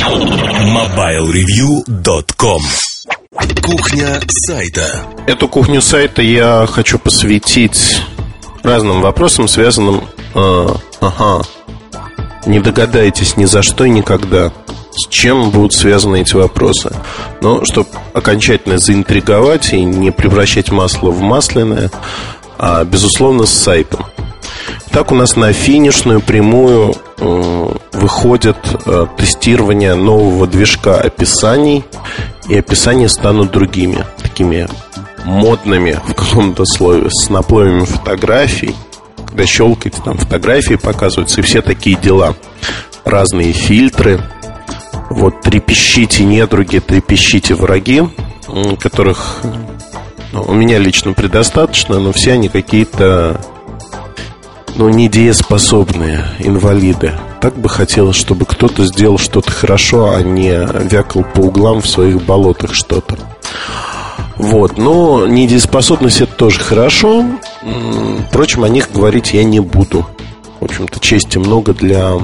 MobileReview.com. Кухня сайта. Эту кухню сайта я хочу посвятить разным вопросам, связанным... Не догадаетесь ни за что и никогда, с чем будут связаны эти вопросы. Но чтобы окончательно заинтриговать и не превращать масло в масляное, безусловно, с сайтом. Так у нас на финишную прямую выходит тестирование нового движка описаний. И описания станут другими, такими модными в каком-то слове, с наплывами фотографий. Когда щелкаете, там фотографии показываются, и все такие дела. Разные фильтры. Вот трепещите недруги, трепещите враги, которых у меня лично предостаточно, но все они какие-то недееспособные инвалиды. Так бы хотелось, чтобы кто-то сделал что-то хорошо, а не вякал по углам в своих болотах что-то. Вот, но недееспособность — это тоже хорошо. Впрочем, о них говорить я не буду. В общем-то, чести много для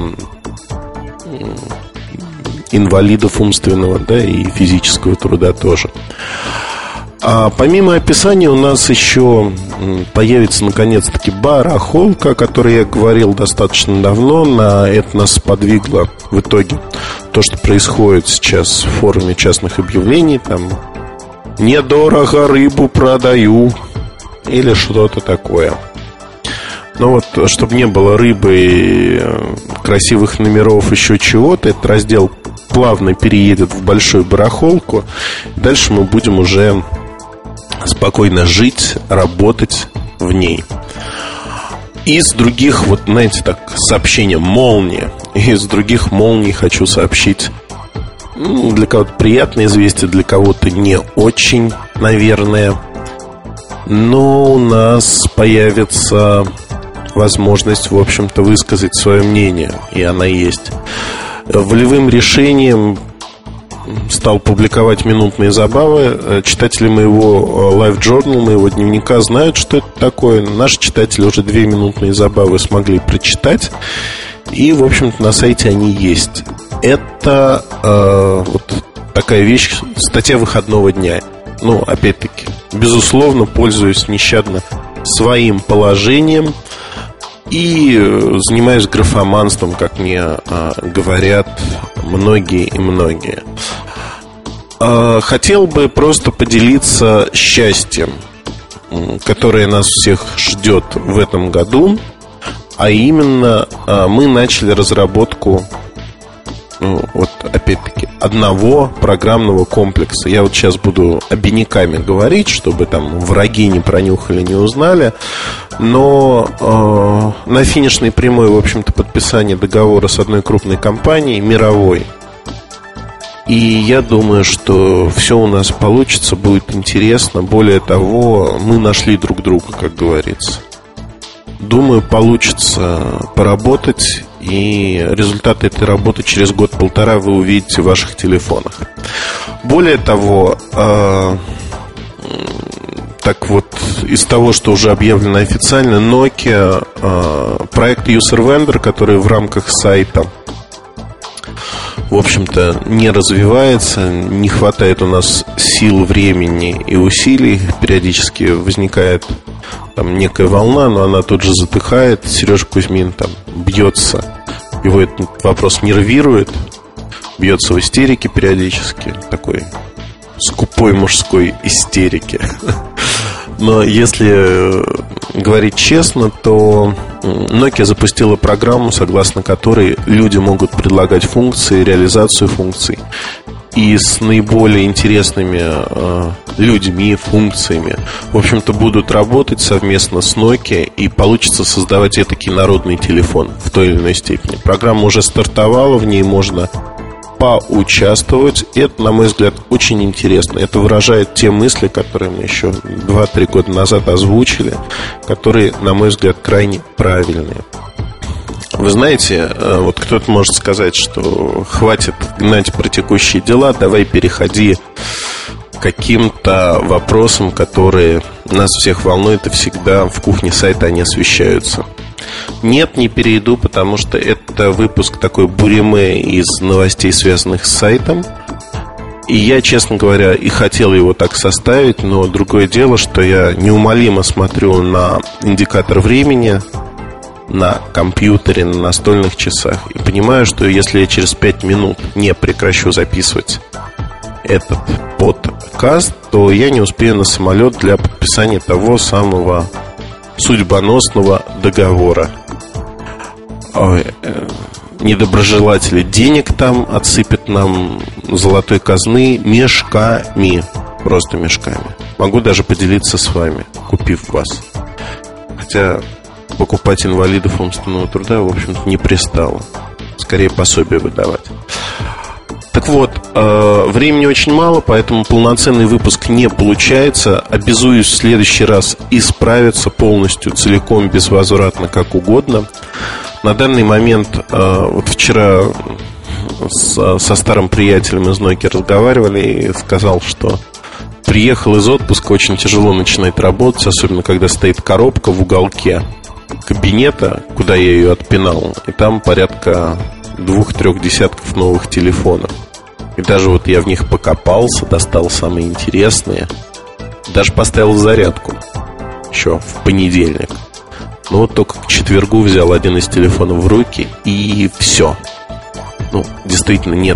инвалидов умственного, да, и физического труда тоже. А помимо описания у нас еще появится наконец-таки барахолка, о которой я говорил достаточно давно. На это нас сподвигло в итоге то, что происходит сейчас в форме частных объявлений. Там «недорого рыбу продаю» или что-то такое. Но вот, чтобы не было рыбы, красивых номеров, еще чего-то, этот раздел плавно переедет в большую барахолку. Дальше мы будем уже спокойно жить, работать в ней. Из других, вот знаете, так, сообщение молния. Из других молний хочу сообщить, для кого-то приятное известие, для кого-то не очень, наверное. Но у нас появится возможность, в общем-то, высказать свое мнение, и она есть. Волевым решением стал публиковать минутные забавы. Читатели моего Live Journal, моего дневника, знают, что это такое. Наши читатели уже 2 минутные забавы смогли прочитать. И, в общем-то, на сайте они есть. Это вот такая вещь, статья выходного дня. Опять-таки, безусловно, пользуюсь нещадно своим положением и занимаюсь графоманством, как мне говорят многие и многие. Хотел бы просто поделиться счастьем, которое нас всех ждет в этом году. А именно, мы начали разработку, опять-таки, одного программного комплекса. Я вот сейчас буду обиняками говорить, чтобы там враги не пронюхали, не узнали. Но на финишной прямой, в общем-то, подписание договора с одной крупной компанией, мировой. И я думаю, что все у нас получится, будет интересно. Более того, мы нашли друг друга, как говорится. Думаю, получится поработать, и результаты этой работы через год-полтора вы увидите в ваших телефонах. Более того, так вот, из того, что уже объявлено официально, Nokia, проект User Vendor, который в рамках сайта, в общем-то, не развивается. Не хватает у нас сил, времени и усилий. Периодически возникает там некая волна, но она тут же затыхает. Сережа Кузьмин там бьется, его этот вопрос нервирует, бьется в истерике периодически, такой скупой мужской истерики. Но если говорить честно, то Nokia запустила программу, согласно которой люди могут предлагать функции, реализацию функций. И с наиболее интересными людьми, функциями, в общем-то, будут работать совместно с Nokia, и получится создавать этакий народный телефон в той или иной степени. Программа уже стартовала, в ней можно поучаствовать. Это, на мой взгляд, очень интересно. Это выражает те мысли, которые мы еще 2-3 года назад озвучили, которые, на мой взгляд, крайне правильные. Вы знаете, вот кто-то может сказать, что хватит гнать про текущие дела, давай переходи к каким-то вопросам, которые нас всех волнуют, и всегда в кухне сайта они освещаются. Нет, не перейду, потому что это выпуск такой буриме из новостей, связанных с сайтом. И я, честно говоря, и хотел его так составить, но другое дело, что я неумолимо смотрю на индикатор времени на компьютере, на настольных часах и понимаю, что если я через 5 минут не прекращу записывать этот подкаст, то я не успею на самолет для подписания того самого судьбоносного договора. Недоброжелатели денег там отсыпят нам золотой казны мешками. Просто мешками. Могу даже поделиться с вами, купив вас. Хотя покупать инвалидов умственного труда, в общем-то, не пристало. Скорее пособие выдавать. Так вот, времени очень мало, поэтому полноценный выпуск не получается. Обязуюсь в следующий раз исправиться полностью, целиком, безвозвратно, как угодно. На данный момент, вот вчера со старым приятелем из Nokia разговаривали и сказал, что приехал из отпуска, очень тяжело начинать работать, особенно когда стоит коробка в уголке кабинета, куда я ее отпинал, и там порядка 2-3 десятков новых телефонов. И даже вот я в них покопался, достал самые интересные, даже поставил зарядку еще в понедельник. Но вот только к четвергу взял один из телефонов в руки, и все. Ну, действительно, нет.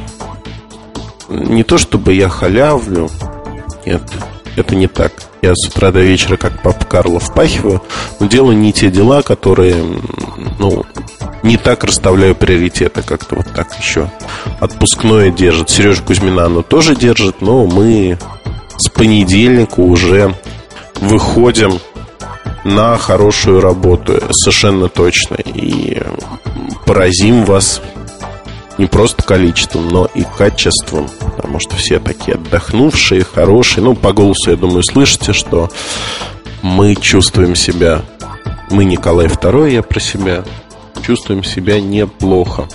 Не то чтобы я халявлю. Нет, это не так. Я с утра до вечера, как папа Карло, впахиваю. Но делаю не те дела, которые, не так расставляю приоритеты. Как-то вот так еще отпускное держит. Сережа Кузьмина оно тоже держит. Но мы с понедельника уже выходим на хорошую работу, совершенно точно. И поразим вас не просто количеством, но и качеством. Потому что все такие отдохнувшие, хорошие. По голосу, я думаю, слышите, что мы чувствуем себя, мы Николай II, я про себя, чувствуем себя неплохо.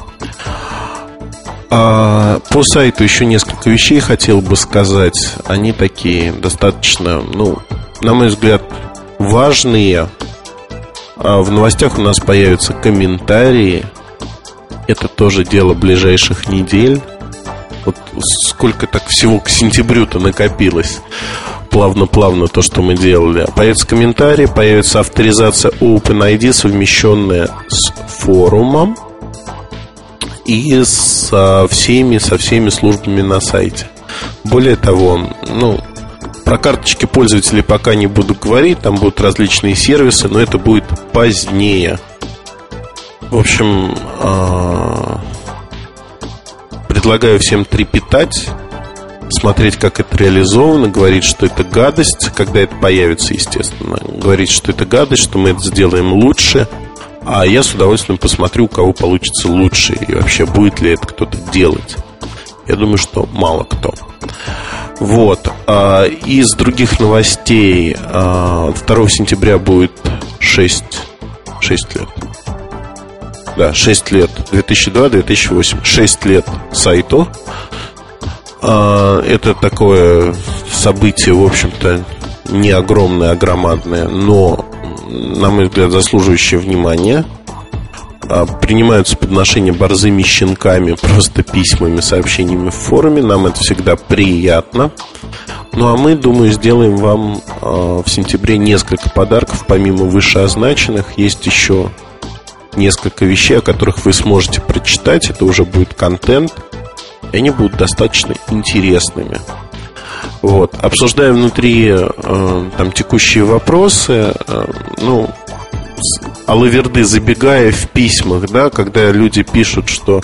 По сайту еще несколько вещей хотел бы сказать. Они такие достаточно, на мой взгляд, важные. В новостях у нас появятся комментарии. Это тоже дело ближайших недель. Вот сколько так всего к сентябрю-то накопилось. Плавно-плавно то, что мы делали. Появятся комментарии, появится авторизация OpenID, совмещенная с форумом и со всеми службами на сайте. Более того, про карточки пользователей пока не буду говорить. Там будут различные сервисы, но это будет позднее. В общем, предлагаю всем трепетать, смотреть, как это реализовано, говорить, что это гадость, когда это появится, естественно. Говорить, что это гадость, что мы это сделаем лучше. А я с удовольствием посмотрю, у кого получится лучше. И вообще, будет ли это кто-то делать. Я думаю, что мало кто. Вот. Из других новостей 2 сентября будет 6 лет. Да, 6 лет. 2002-2008. 6 лет сайту. Это такое событие, в общем-то, не огромное, а громадное, но, на мой взгляд, заслуживающее внимания. Принимаются подношения борзыми щенками, просто письмами, сообщениями в форуме. Нам это всегда приятно. А мы, думаю, сделаем вам в сентябре несколько подарков. Помимо вышеозначенных, есть еще несколько вещей, о которых вы сможете прочитать. Это уже будет контент, и они будут достаточно интересными. Вот. Обсуждаем внутри текущие вопросы. Алаверды забегая в письмах, да, когда люди пишут, что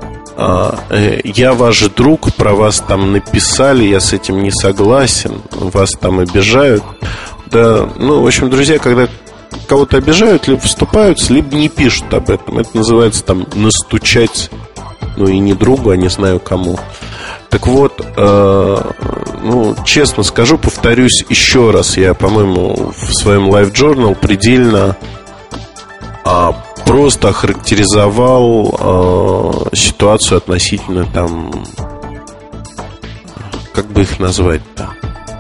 я ваш друг, про вас там написали, я с этим не согласен, вас там обижают. Да, в общем, друзья, когда кого-то обижают, либо вступаются, либо не пишут об этом. Это называется настучать, и не другу, а не знаю кому. Так вот, честно скажу, повторюсь еще раз. Я, по-моему, в своем Live Journal предельно просто охарактеризовал ситуацию относительно как бы их назвать-то,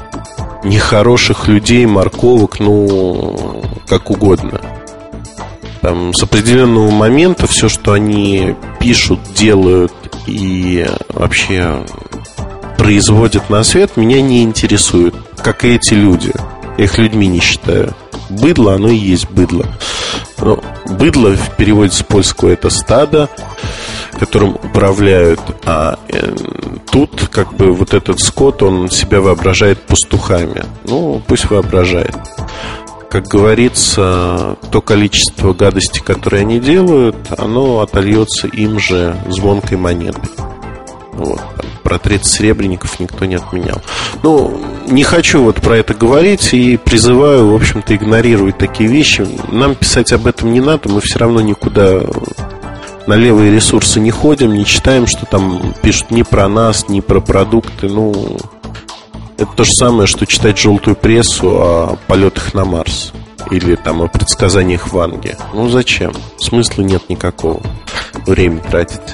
нехороших людей, морковок, как угодно. Там, с определенного момента все, что они пишут, делают и вообще производят на свет, меня не интересует, как и эти люди. Я их людьми не считаю. Быдло, оно и есть быдло. Но быдло в переводе с польского это стадо, которым управляют. А тут как бы вот этот скот, он себя воображает пастухами. Ну, пусть воображает. Как говорится, то количество гадости, которые они делают, оно отольется им же звонкой монетой. Вот. Про 30 серебряников никто не отменял. Ну, не хочу вот про это говорить и призываю, в общем-то, игнорировать такие вещи. Нам писать об этом не надо, мы все равно никуда на левые ресурсы не ходим, не читаем, что там пишут ни про нас, ни про продукты. Ну, это то же самое, что читать желтую прессу о полетах на Марс или там о предсказаниях Ванги. Ну, зачем? Смысла нет никакого. Время тратить.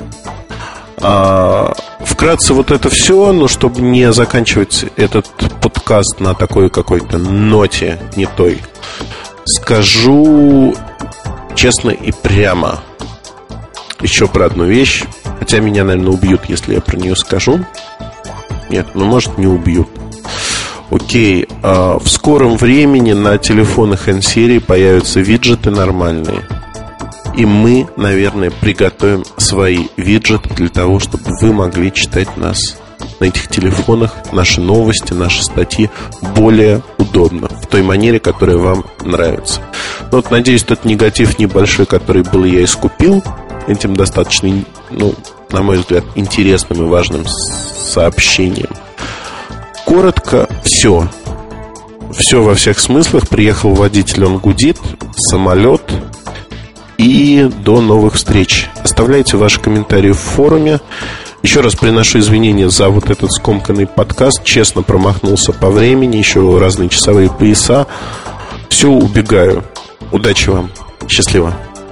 Вкратце вот это все, но чтобы не заканчивать этот подкаст на такой какой-то ноте не той, скажу честно и прямо еще про одну вещь. Хотя меня, наверное, убьют, если я про нее скажу. Нет, ну может не убьют. Окей, в скором времени на телефонах N-серии появятся виджеты нормальные. И мы, наверное, приготовим свои виджеты для того, чтобы вы могли читать нас на этих телефонах, наши новости, наши статьи более удобно, в той манере, которая вам нравится. Ну, вот, надеюсь, тот негатив небольшой, который был, я искупил этим достаточно, ну, на мой взгляд, интересным и важным сообщением. Коротко, все. Все во всех смыслах. Приехал водитель, он гудит, самолет. И до новых встреч. Оставляйте ваши комментарии в форуме. Еще раз приношу извинения за вот этот скомканный подкаст. Честно промахнулся по времени. Еще разные часовые пояса. Все, убегаю. Удачи вам. Счастливо.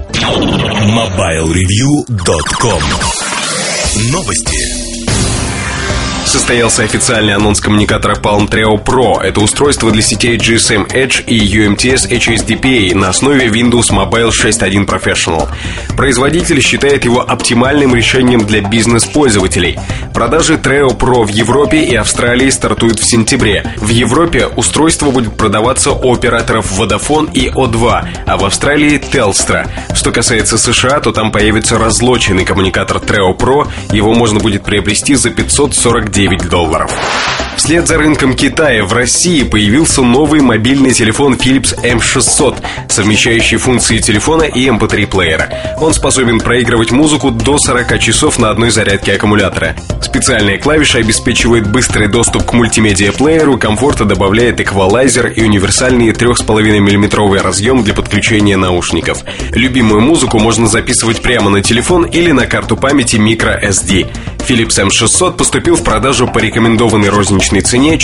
MobileReview.com. Новости. Состоялся официальный анонс коммуникатора Palm Treo Pro. Это устройство для сетей GSM Edge и UMTS HSDPA на основе Windows Mobile 6.1 Professional. Производитель считает его оптимальным решением для бизнес-пользователей. Продажи Treo Pro в Европе и Австралии стартуют в сентябре. В Европе устройство будет продаваться у операторов Vodafone и O2, а в Австралии Telstra. Что касается США, то там появится разлоченный коммуникатор Treo Pro. Его можно будет приобрести за $549. Вслед за рынком Китая в России появился новый мобильный телефон Philips M600, совмещающий функции телефона и MP3-плеера. Он способен проигрывать музыку до 40 часов на одной зарядке аккумулятора. Специальная клавиша обеспечивает быстрый доступ к мультимедиа-плееру, комфорта добавляет эквалайзер и универсальный 3,5 мм разъем для подключения наушников. Любимую музыку можно записывать прямо на телефон или на карту памяти microSD. Philips M600 поступил в продажу по рекомендованной розничной цене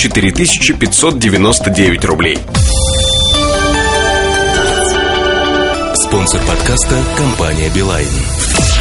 4599 рублей. Спонсор подкаста — компания Билайн.